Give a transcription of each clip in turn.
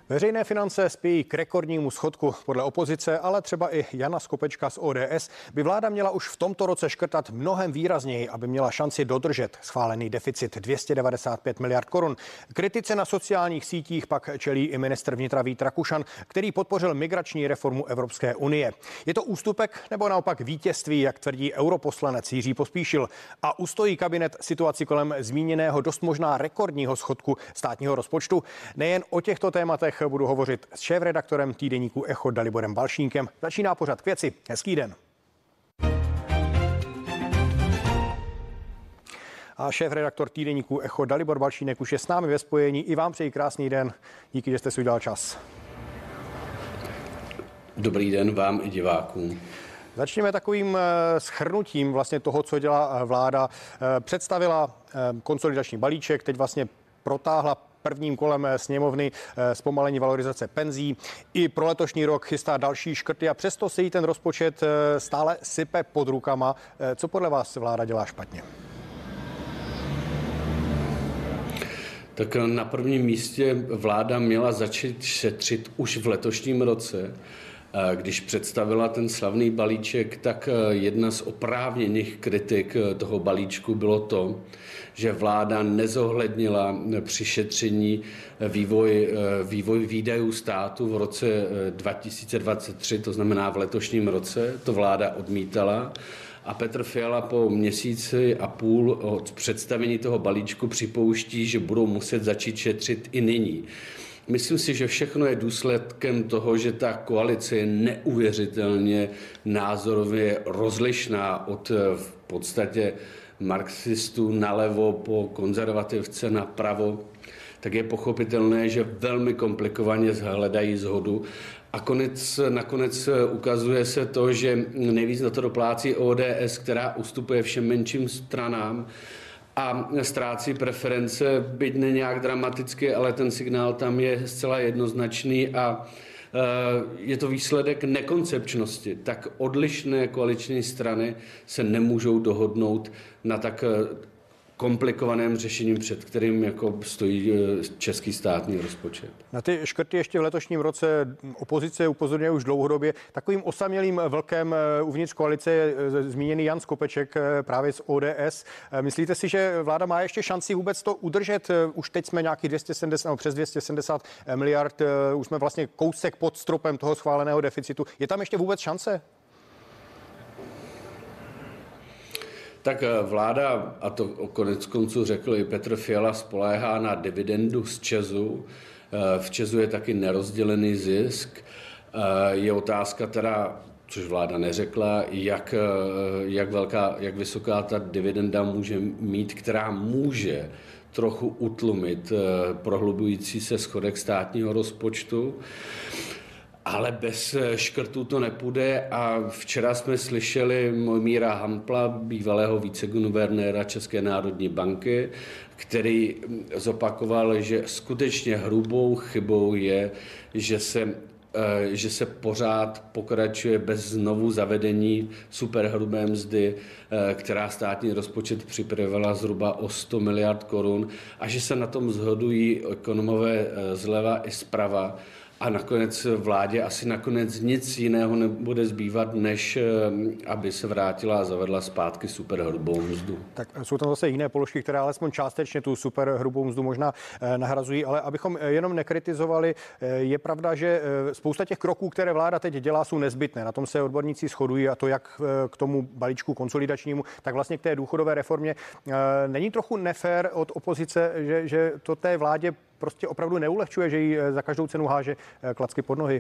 Veřejné finance spějí k rekordnímu schodku. Podle opozice, ale třeba i Jana Skopečka z ODS, by vláda měla už v tomto roce škrtat mnohem výrazněji, aby měla šanci dodržet schválený deficit 295 miliard korun. Kritice na sociálních sítích pak čelí i ministr vnitra Vít Rakušan, který podpořil migrační reformu Evropské unie. Je to ústupek nebo naopak vítězství, jak tvrdí europoslanec Jiří Pospíšil? A ustojí kabinet situaci kolem zmíněného dost možná rekordního schodku státního rozpočtu? Nejen o těchto tématech budu hovořit s šéfredaktorem týdeníku Echo Daliborem Balšínkem. Začíná pořad K věci. Hezký den. A šéfredaktor týdeníku Echo Dalibor Balšínek už je s námi ve spojení. I vám přeji krásný den. Díky, že jste si udělal čas. Dobrý den vám i divákům. Začněme takovým shrnutím vlastně toho, co dělá vláda. Představila konsolidační balíček, teď vlastně protáhla prvním kolem sněmovny zpomalení valorizace penzí. I pro letošní rok chystá další škrty a přesto se jí ten rozpočet stále sype pod rukama. Co podle vás vláda dělá špatně? Tak na prvním místě vláda měla začít šetřit už v letošním roce. Když představila ten slavný balíček, tak jedna z oprávněných kritik toho balíčku bylo to, že vláda nezohlednila při šetření vývoj výdajů státu v roce 2023, to znamená v letošním roce. To vláda odmítala. A Petr Fiala po měsíci a půl od představení toho balíčku připouští, že budou muset začít šetřit i nyní. Myslím si, že všechno je důsledkem toho, že ta koalice je neuvěřitelně názorově rozlišná od v podstatě marxistů nalevo po konzervativce napravo, tak je pochopitelné, že velmi komplikovaně hledají shodu. A nakonec ukazuje se to, že nejvíc na to doplácí ODS, která ustupuje všem menším stranám a ztrácí preference, byť ne nějak dramaticky, ale ten signál tam je zcela jednoznačný a je to výsledek nekoncepčnosti. Tak odlišné koaliční strany se nemůžou dohodnout na tak komplikovaném řešením, před kterým stojí český státní rozpočet. Na ty škrty ještě v letošním roce opozice upozorňuje už dlouhodobě. Takovým osamělým vlkem uvnitř koalice je zmíněný Jan Skopeček právě z ODS. Myslíte si, že vláda má ještě šanci vůbec to udržet? Už teď jsme nějaký 270 nebo přes 270 miliard, už jsme vlastně kousek pod stropem toho schváleného deficitu. Je tam ještě vůbec šance? Tak vláda, a to konec konců řekl i Petr Fiala, spoléhá na dividendu z ČEZu. V ČEZu je taky nerozdělený zisk. Je otázka teda, což vláda neřekla, jak vysoká ta dividenda může mít, která může trochu utlumit prohlubující se schodek státního rozpočtu. Ale bez škrtů to nepůjde a včera jsme slyšeli Mojmíra Hampla, bývalého viceguvernéra České národní banky, který zopakoval, že skutečně hrubou chybou je, že se pořád pokračuje bez znovu zavedení superhrubé mzdy, která státní rozpočet připravila zhruba o 100 miliard korun a že se na tom shodují ekonomové zleva i zprava. A nakonec vládě asi nakonec nic jiného nebude zbývat, než aby se vrátila a zavedla zpátky superhrubou mzdu. Tak jsou tam zase jiné položky, které alespoň částečně tu superhrubou mzdu možná nahrazují, ale abychom jenom nekritizovali, je pravda, že spousta těch kroků, které vláda teď dělá, jsou nezbytné. Na tom se odborníci shodují a to jak k tomu balíčku konsolidačnímu, tak vlastně k té důchodové reformě. Není trochu nefér od opozice, že to té vládě prostě opravdu neulehčuje, že jí za každou cenu háže klacky pod nohy?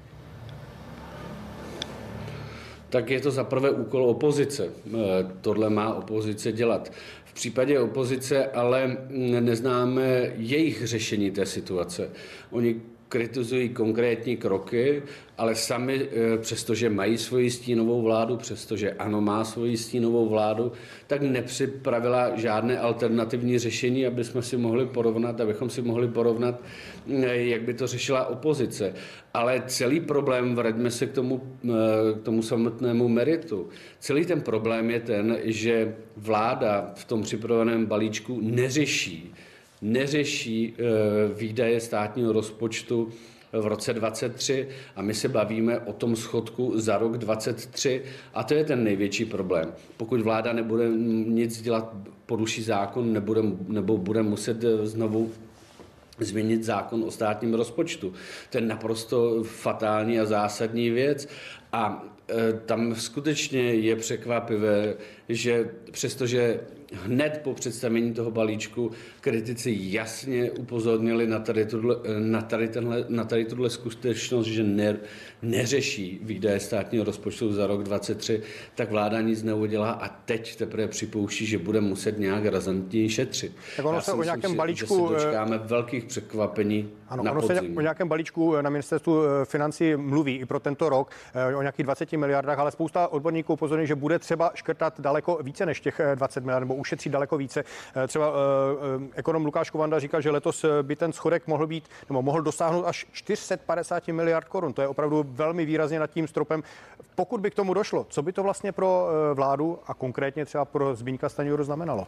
Tak je to zaprvé úkol opozice. Tohle má opozice dělat. V případě opozice ale neznáme jejich řešení té situace. Oni kritizují konkrétní kroky, ale sami, přestože mají svoji stínovou vládu, přestože ANO má svoji stínovou vládu, tak nepřipravila žádné alternativní řešení, abychom si mohli porovnat, jak by to řešila opozice. Ale celý problém, vraťme se k tomu samotnému meritu, celý ten problém je ten, že vláda v tom připraveném balíčku neřeší výdaje státního rozpočtu v roce 23 a my se bavíme o tom schodku za rok 23 a to je ten největší problém. Pokud vláda nebude nic dělat, poruší zákon, nebo bude muset znovu změnit zákon o státním rozpočtu. To je naprosto fatální a zásadní věc a tam skutečně je překvapivé, že přestože hned po představení toho balíčku kritici jasně upozornili na tady tuhle skutečnost, že neřeší výdaje státního rozpočtu za rok 2023, tak vláda nic neudělá a teď teprve připouští, že bude muset nějak razantněji šetřit. Tak ono se o nějakém balíčku že se dočkáme velkých překvapení na podzim. Ono se o nějakém balíčku na ministerstvu financí mluví i pro tento rok, o nějakých 20 miliardách, ale spousta odborníků upozorňuje, že bude třeba škrtat daleko více než těch 20 miliard, nebo ušetřit daleko více. Třeba ekonom Lukáš Kovanda říkal, že letos by ten schodek mohl dosáhnout až 450 miliard korun. To je opravdu velmi výrazně nad tím stropem. Pokud by k tomu došlo, co by to vlastně pro vládu a konkrétně třeba pro Zbyňka Stanjuru znamenalo?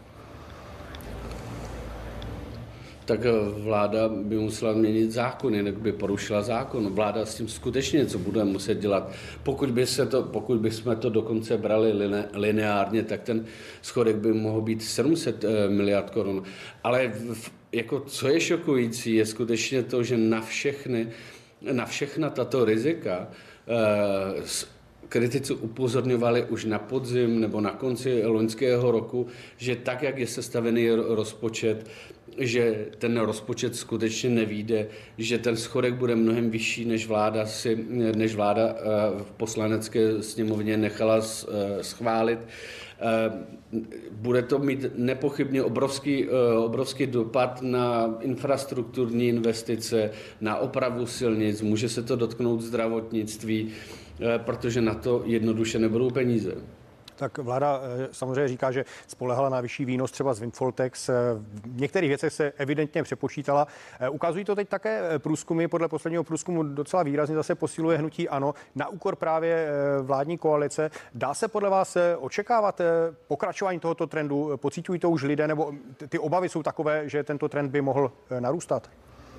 Tak vláda by musela měnit zákon, jinak by porušila zákon. Vláda s tím skutečně něco bude muset dělat. Pokud bychom to dokonce brali lineárně, tak ten schodek by mohl být 700 miliard korun. Ale jako co je šokující, je skutečně to, že na všechna tato rizika kritici upozorňovali už na podzim nebo na konci loňského roku, že tak, jak je sestavený rozpočet, že ten rozpočet skutečně nevyjde, že ten schodek bude mnohem vyšší, než vláda v poslanecké sněmovně nechala schválit. Bude to mít nepochybně obrovský dopad na infrastrukturní investice, na opravu silnic, může se to dotknout zdravotnictví, protože na to jednoduše nebudou peníze. Tak vláda samozřejmě říká, že spolehala na vyšší výnos třeba z windfall tax. V některých věcech se evidentně přepočítala. Ukazují to teď také průzkumy. Podle posledního průzkumu docela výrazně zase posiluje hnutí ANO na úkor právě vládní koalice. Dá se podle vás očekávat pokračování tohoto trendu? Pociťují to už lidé, nebo ty obavy jsou takové, že tento trend by mohl narůstat?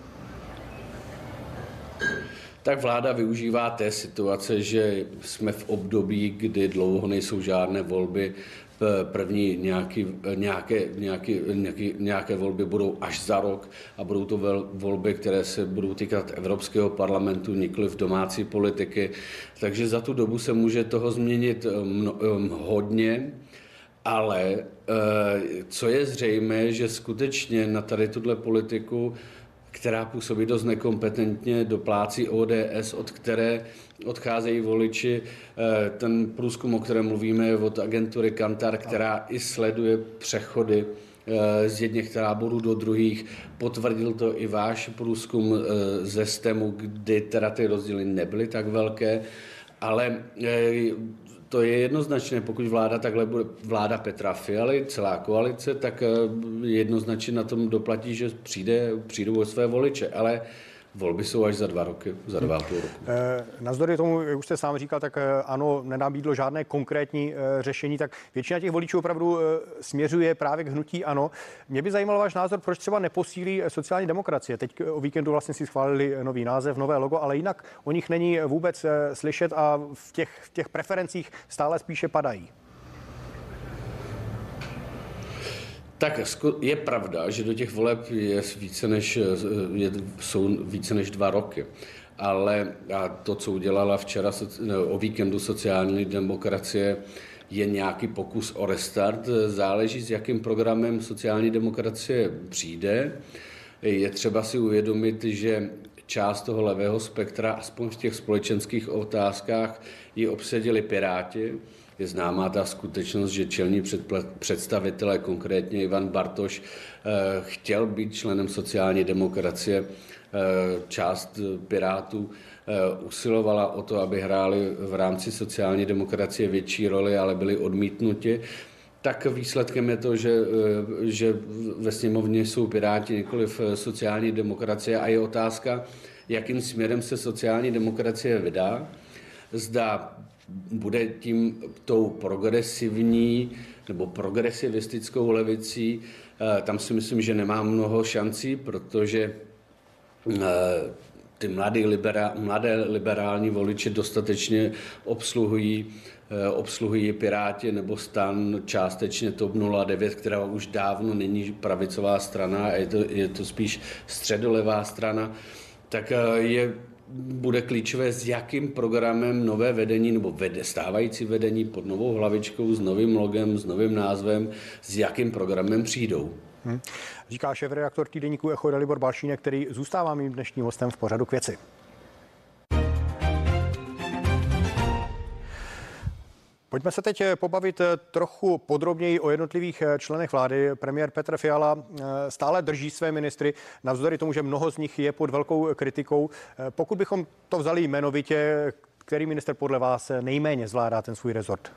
Tak vláda využívá té situace, že jsme v období, kdy dlouho nejsou žádné volby. První nějaké volby budou až za rok a budou to volby, které se budou týkat Evropského parlamentu, nikoli v domácí politiky. Takže za tu dobu se může toho změnit hodně, ale co je zřejmé, že skutečně na tady tuhle politiku, která působí dost nekompetentně, doplácí ODS, od které odcházejí voliči. Ten průzkum, o kterém mluvíme, je od agentury Kantar, která i sleduje přechody z jedných táborů do druhých. Potvrdil to i váš průzkum ze STEMu, kdy teda ty rozdíly nebyly tak velké, ale to je jednoznačné, pokud vláda takhle bude, vláda Petra Fialy, celá koalice, tak jednoznačně na tom doplatí, že přijdou o své voliče, ale volby jsou až za 2 roky, za 2,5 roku. Navzdory tomu, jak už jste sám říkal, tak ANO nenabídlo žádné konkrétní řešení, tak většina těch voličů opravdu směřuje právě k hnutí ANO. Mě by zajímal váš názor, proč třeba neposílí sociální demokracie. Teď o víkendu vlastně si schválili nový název, nové logo, ale jinak o nich není vůbec slyšet a v těch preferencích stále spíše padají. Tak je pravda, že do těch voleb jsou více než 2 roky. Ale to, co udělala včera o víkendu sociální demokracie, je nějaký pokus o restart. Záleží, s jakým programem sociální demokracie přijde. Je třeba si uvědomit, že část toho levého spektra, aspoň v těch společenských otázkách, ji obsadili Piráti. Je známá ta skutečnost, že čelní představitelé, konkrétně Ivan Bartoš, chtěl být členem sociální demokracie. Část Pirátů usilovala o to, aby hráli v rámci sociální demokracie větší roli, ale byli odmítnuti. Tak výsledkem je to, že ve sněmovně jsou Piráti, nikoliv sociální demokracie, a je otázka, jakým směrem se sociální demokracie vydá. Zda bude tím tou progresivní nebo progresivistickou levicí. Tam si myslím, že nemá mnoho šancí, protože ty mladé liberální voliče dostatečně obsluhují Piráti nebo STAN, částečně TOP 09, která už dávno není pravicová strana, a je to spíš středolevá strana, tak bude klíčové, s jakým programem nové vedení nebo stávající vedení pod novou hlavičkou, s novým logem, s novým názvem, s jakým programem přijdou. Říká šéfredaktor týdeníku Echo Dalibor Balšínek, který zůstává mým dnešním hostem v pořadu K věci. Pojďme se teď pobavit trochu podrobněji o jednotlivých členech vlády. Premiér Petr Fiala stále drží své ministry, navzdory tomu, že mnoho z nich je pod velkou kritikou. Pokud bychom to vzali jmenovitě, který minister podle vás nejméně zvládá ten svůj rezort?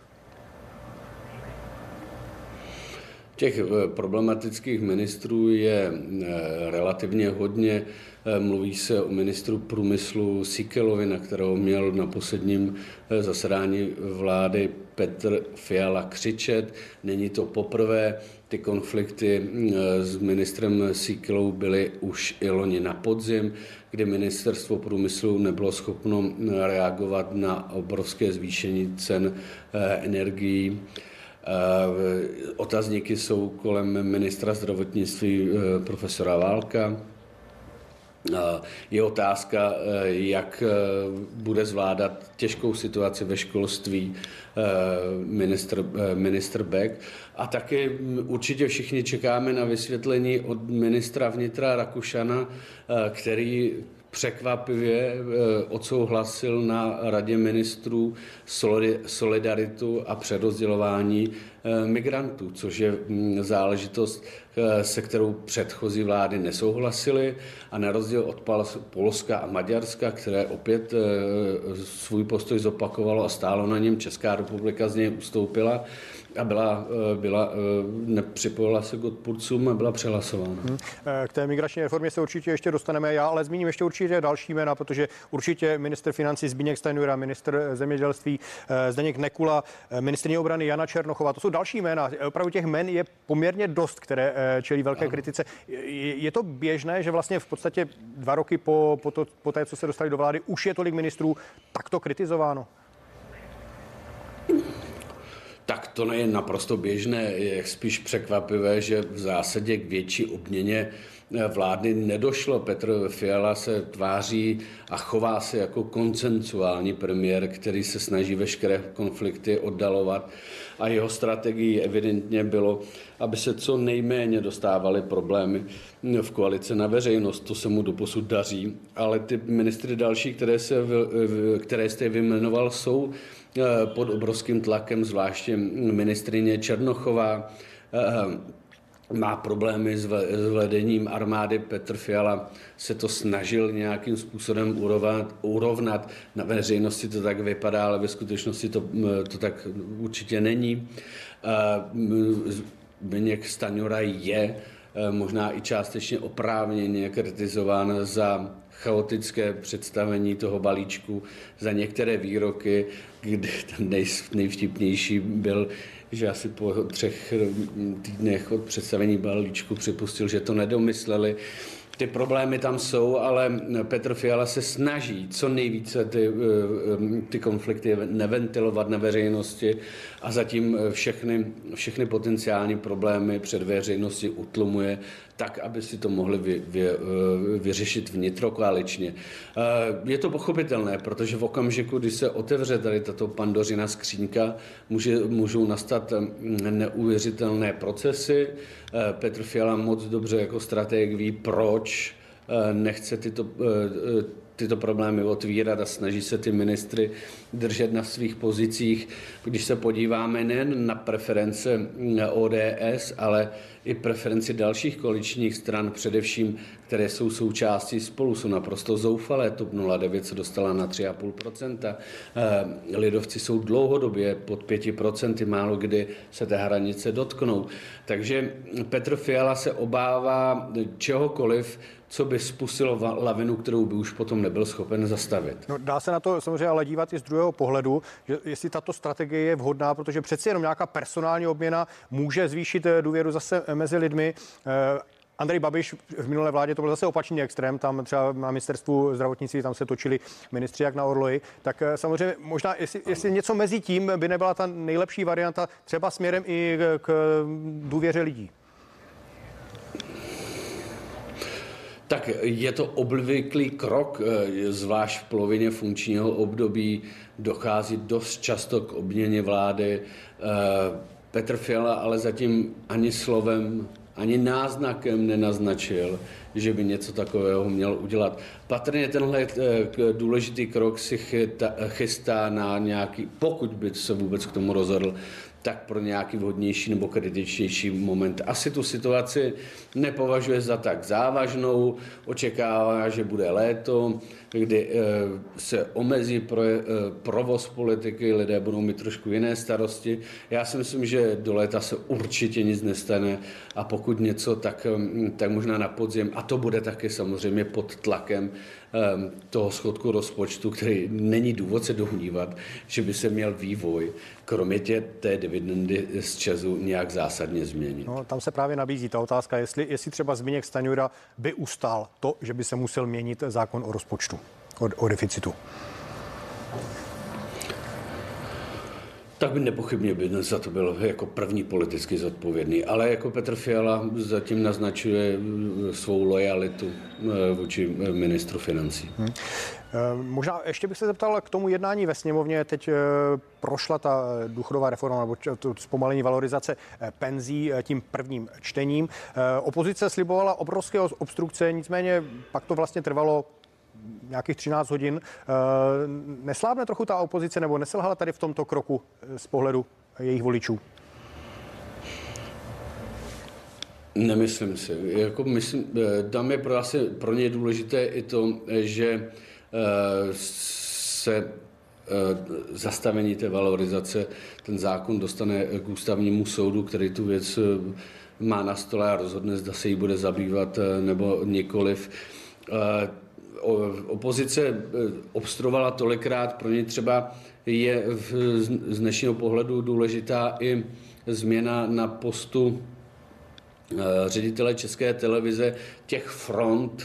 Těch problematických ministrů je relativně hodně. Mluví se o ministru průmyslu Síkelovi, na kterého měl na posledním zasedání vlády Petr Fiala křičet. Není to poprvé. Ty konflikty s ministrem Síkelou byly už i loni na podzim, kdy ministerstvo průmyslu nebylo schopno reagovat na obrovské zvýšení cen energií. Otazníky jsou kolem ministra zdravotnictví profesora Válka. Je otázka, jak bude zvládat těžkou situaci ve školství ministr Bek. A taky určitě všichni čekáme na vysvětlení od ministra vnitra Rakušana, který překvapivě odsouhlasil na Radě ministrů solidaritu a přerozdělování migrantů, což je záležitost, se kterou předchozí vlády nesouhlasily, a na rozdíl od Polska a Maďarska, které opět svůj postoj zopakovalo a stálo na něm, Česká republika z něj ustoupila a nepřipojila se k odpůrcům a byla přehlasována. K té migrační reformě se určitě ještě dostaneme, já ale zmíním ještě určitě další jména, protože určitě ministr financí Zbyněk Stanjura, ministr zemědělství Zdeněk Nekula, ministryně obrany Jana Černochová, to jsou další jména. Opravdu těch jmen je poměrně dost, které čelí velké kritice. Je to běžné, že vlastně v podstatě 2 roky po té, co se dostali do vlády, už je tolik ministrů takto kritizováno? Tak to je naprosto běžné, je spíš překvapivé, že v zásadě k větší obměně vlády nedošlo. Petr Fiala se tváří a chová se jako konsensuální premiér, který se snaží veškeré konflikty oddalovat, a jeho strategií evidentně bylo, aby se co nejméně dostávaly problémy v koalici na veřejnost. To se mu doposud daří, ale ty ministry další, které jste vyjmenoval, jsou pod obrovským tlakem, zvláště ministryně Černochová má problémy s vedením armády. Petr Fiala se to snažil nějakým způsobem urovnat. Na veřejnosti to tak vypadá, ale ve skutečnosti to tak určitě není. Zbyněk Stanjura je možná i částečně oprávněně kritizován za chaotické představení toho balíčku, za některé výroky, kde ten nejvtipnější byl, že asi po 3 týdnech od představení balíčku připustil, že to nedomysleli. Ty problémy tam jsou, ale Petr Fiala se snaží co nejvíce ty konflikty neventilovat na veřejnosti a zatím všechny potenciální problémy před veřejností utlumuje tak, aby si to mohli vyřešit vnitrokoaličně. Je to pochopitelné, protože v okamžiku, kdy se otevře tady tato pandořina skřínka, můžou nastat neuvěřitelné procesy. Petr Fiala moc dobře jako strateg ví, proč nechce tyto problémy otvírat a snaží se ty ministry držet na svých pozicích. Když se podíváme nejen na preference ODS, ale i preferenci dalších koaličních stran, především, které jsou součástí Spolu, jsou naprosto zoufalé. TOP 09 se dostala na 3,5%. Lidovci jsou dlouhodobě pod 5%, málo kdy se té hranice dotknou. Takže Petr Fiala se obává čehokoliv, co by spustilo lavinu, kterou by už potom nebyl schopen zastavit. No, dá se na to samozřejmě ale dívat i z druhého pohledu, že jestli tato strategie je vhodná, protože přeci jenom nějaká personální obměna může zvýšit důvěru zase mezi lidmi. Andrej Babiš v minulé vládě to byl zase opačný extrém, tam třeba na ministerstvu zdravotnictví tam se točili ministři jak na orloji, tak samozřejmě možná, jestli něco mezi tím by nebyla ta nejlepší varianta, třeba směrem i k důvěře lidí. Tak je to obvyklý krok, zvlášť v polovině funkčního období dochází dost často k obměně vlády. Petr Fiala ale zatím ani slovem, ani náznakem nenaznačil, že by něco takového měl udělat. Patrně tenhle důležitý krok si chystá na nějaký, pokud by se vůbec k tomu rozhodl, tak pro nějaký vhodnější nebo kritičtější moment. Asi tu situaci nepovažuje za tak závažnou, očekává, že bude léto, kdy se omezí provoz politiky, lidé budou mít trošku jiné starosti. Já si myslím, že do léta se určitě nic nestane a pokud něco, tak možná na podzim. A to bude taky samozřejmě pod tlakem toho schodku rozpočtu, který není důvod se domnívat, že by se měl vývoj, kromě té dividendy z ČEZu, nějak zásadně změnit. No, tam se právě nabízí ta otázka, jestli třeba Zbyněk Stanjura by ustál to, že by se musel měnit zákon o rozpočtu, o deficitu. Tak by nepochybně za to byl jako první politicky zodpovědný. Ale jako Petr Fiala zatím naznačuje svou lojalitu vůči ministru financí. Možná ještě bych se zeptal k tomu jednání ve sněmovně. Teď prošla ta důchodová reforma nebo to zpomalení valorizace penzí tím prvním čtením. Opozice slibovala obrovské obstrukce, nicméně pak to vlastně trvalo nějakých 13 hodin. Neslábne trochu ta opozice nebo neselhala tady v tomto kroku z pohledu jejich voličů? Nemyslím si. Tam je pro ně důležité i to, že se zastavení té valorizace, ten zákon dostane k ústavnímu soudu, který tu věc má na stole a rozhodne, zda se jí bude zabývat nebo nikoliv. Opozice obstruovala tolikrát, pro ně třeba je z dnešního pohledu důležitá i změna na postu ředitele České televize, těch front,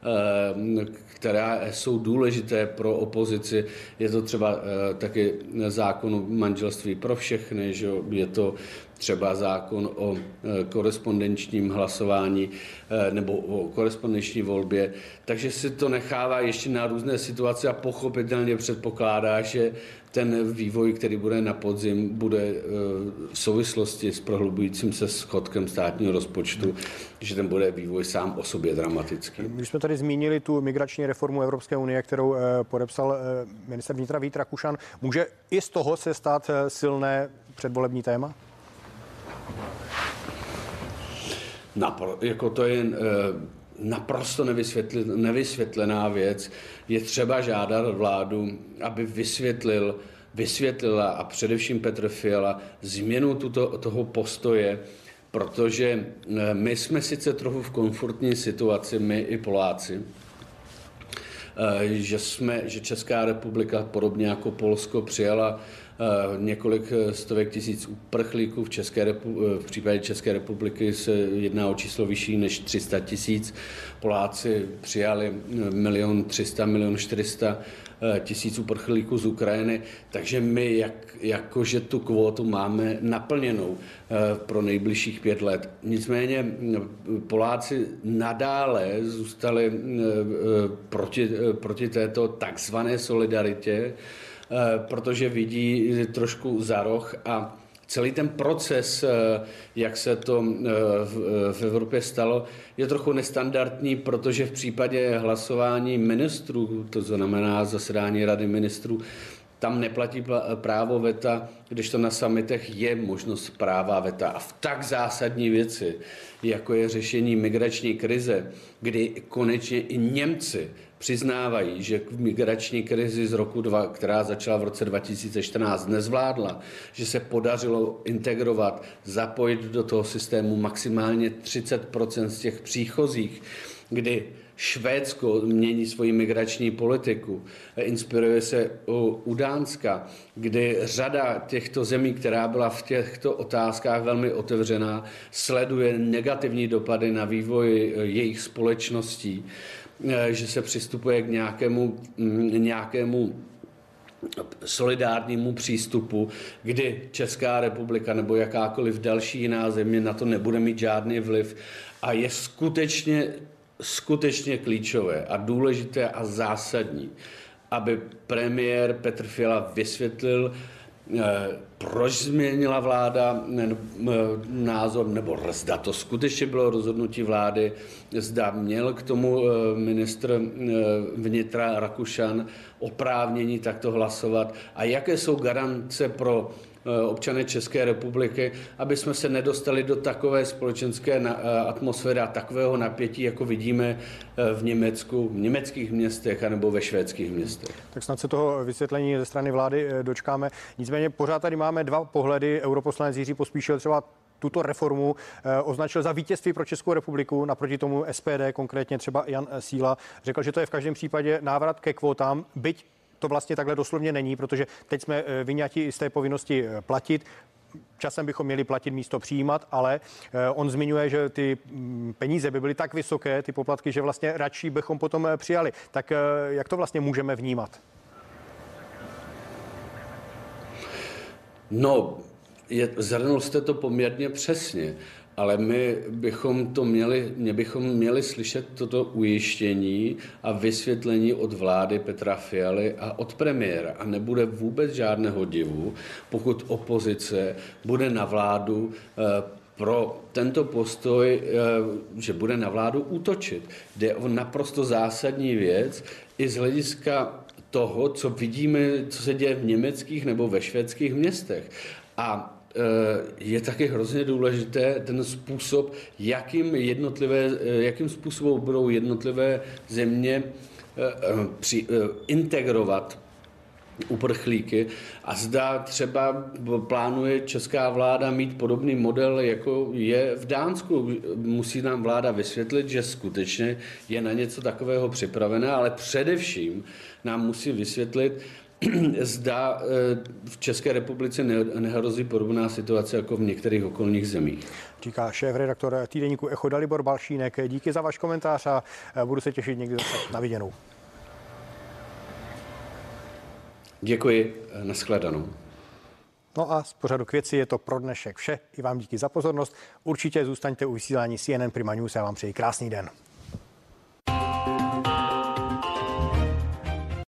které jsou důležité pro opozici. Je to třeba taky zákon o manželství pro všechny, že je to třeba zákon o korespondenčním hlasování nebo o korespondenční volbě. Takže si to nechává ještě na různé situace a pochopitelně předpokládá, že ten vývoj, který bude na podzim, bude v souvislosti s prohlubujícím se schodkem státního rozpočtu, že ten bude vývoj sám o sobě dramatický. Když jsme tady zmínili tu migrační reformu Evropské unie, kterou podepsal ministr vnitra Vít Rakušan, může i z toho se stát silné předvolební téma? Jako to je naprosto nevysvětlená věc. Je třeba žádat vládu, aby vysvětlila a především Petr Fiala změnu toho postoje, protože my jsme sice trochu v komfortní situaci, my i Poláci, že Česká republika, podobně jako Polsko, přijala několik stovek tisíc uprchlíků. V případě České republiky se jedná o číslo vyšší než 300 000. Poláci přijali 1 300 000, 1 400 000 uprchlíků z Ukrajiny, takže my jakože tu kvótu máme naplněnou pro nejbližších 5 let. Nicméně Poláci nadále zůstali proti této takzvané solidaritě, protože vidí trošku za roh a celý ten proces, jak se to v Evropě stalo, je trochu nestandardní, protože v případě hlasování ministrů, to znamená zasedání Rady ministrů, tam neplatí právo veta, když to na summitech je možnost práva veta. A v tak zásadní věci, jako je řešení migrační krize, kdy konečně i Němci přiznávají, že v migrační krizi z roku 2, která začala v roce 2014, nezvládla, že se podařilo integrovat, zapojit do toho systému maximálně 30% z těch příchozích, kdy Švédsko mění svoji migrační politiku, inspiruje se u Dánska, kdy řada těchto zemí, která byla v těchto otázkách velmi otevřená, sleduje negativní dopady na vývoj jejich společností, že se přistupuje k nějakému solidárnímu přístupu, kdy Česká republika nebo jakákoliv další jiná země na to nebude mít žádný vliv a je skutečně klíčové a důležité a zásadní, aby premiér Petr Fiala vysvětlil, proč změnila vláda názor, nebo zda to skutečně bylo rozhodnutí vlády, zda měl k tomu ministr vnitra Rakušan oprávnění takto hlasovat a jaké jsou garance pro občany České republiky, aby jsme se nedostali do takové společenské atmosféry a takového napětí, jako vidíme v Německu, v německých městech anebo ve švédských městech. Tak snad se toho vysvětlení ze strany vlády dočkáme. Nicméně pořád tady máme dva pohledy. Europoslanec Jiří Pospíšil třeba tuto reformu označil za vítězství pro Českou republiku, naproti tomu SPD, konkrétně třeba Jan Síla, řekl, že to je v každém případě návrat ke kvótám, byť to vlastně takhle doslovně není, protože teď jsme vyňati z té povinnosti platit. Časem bychom měli platit místo přijímat, ale on zmiňuje, že ty peníze by byly tak vysoké, ty poplatky, že vlastně radši bychom potom přijali. Tak jak to vlastně můžeme vnímat? No, zhrnul jste to poměrně přesně, ale my bychom měli slyšet toto ujištění a vysvětlení od vlády Petra Fialy a od premiéra. A nebude vůbec žádného divu, pokud opozice bude na vládu pro tento postoj, že bude na vládu útočit. Jde o naprosto zásadní věc i z hlediska toho, co vidíme, co se děje v německých nebo ve švédských městech. A je taky hrozně důležité ten způsob, jakým způsobem budou jednotlivé země integrovat uprchlíky a zda třeba plánuje česká vláda mít podobný model, jako je v Dánsku. Musí nám vláda vysvětlit, že skutečně je na něco takového připravená, ale především nám musí vysvětlit, zda v České republice nehrozí podobná situace jako v některých okolních zemích. Říká šéfredaktor týdeníku Echo Dalibor Balšínek. Díky za váš komentář a budu se těšit někdy zase na viděnou. Děkuji, nashledanou. No a z pořadu K věci je to pro dnešek vše. I vám díky za pozornost. Určitě zůstaňte u vysílání CNN Prima News. Já vám přeji krásný den.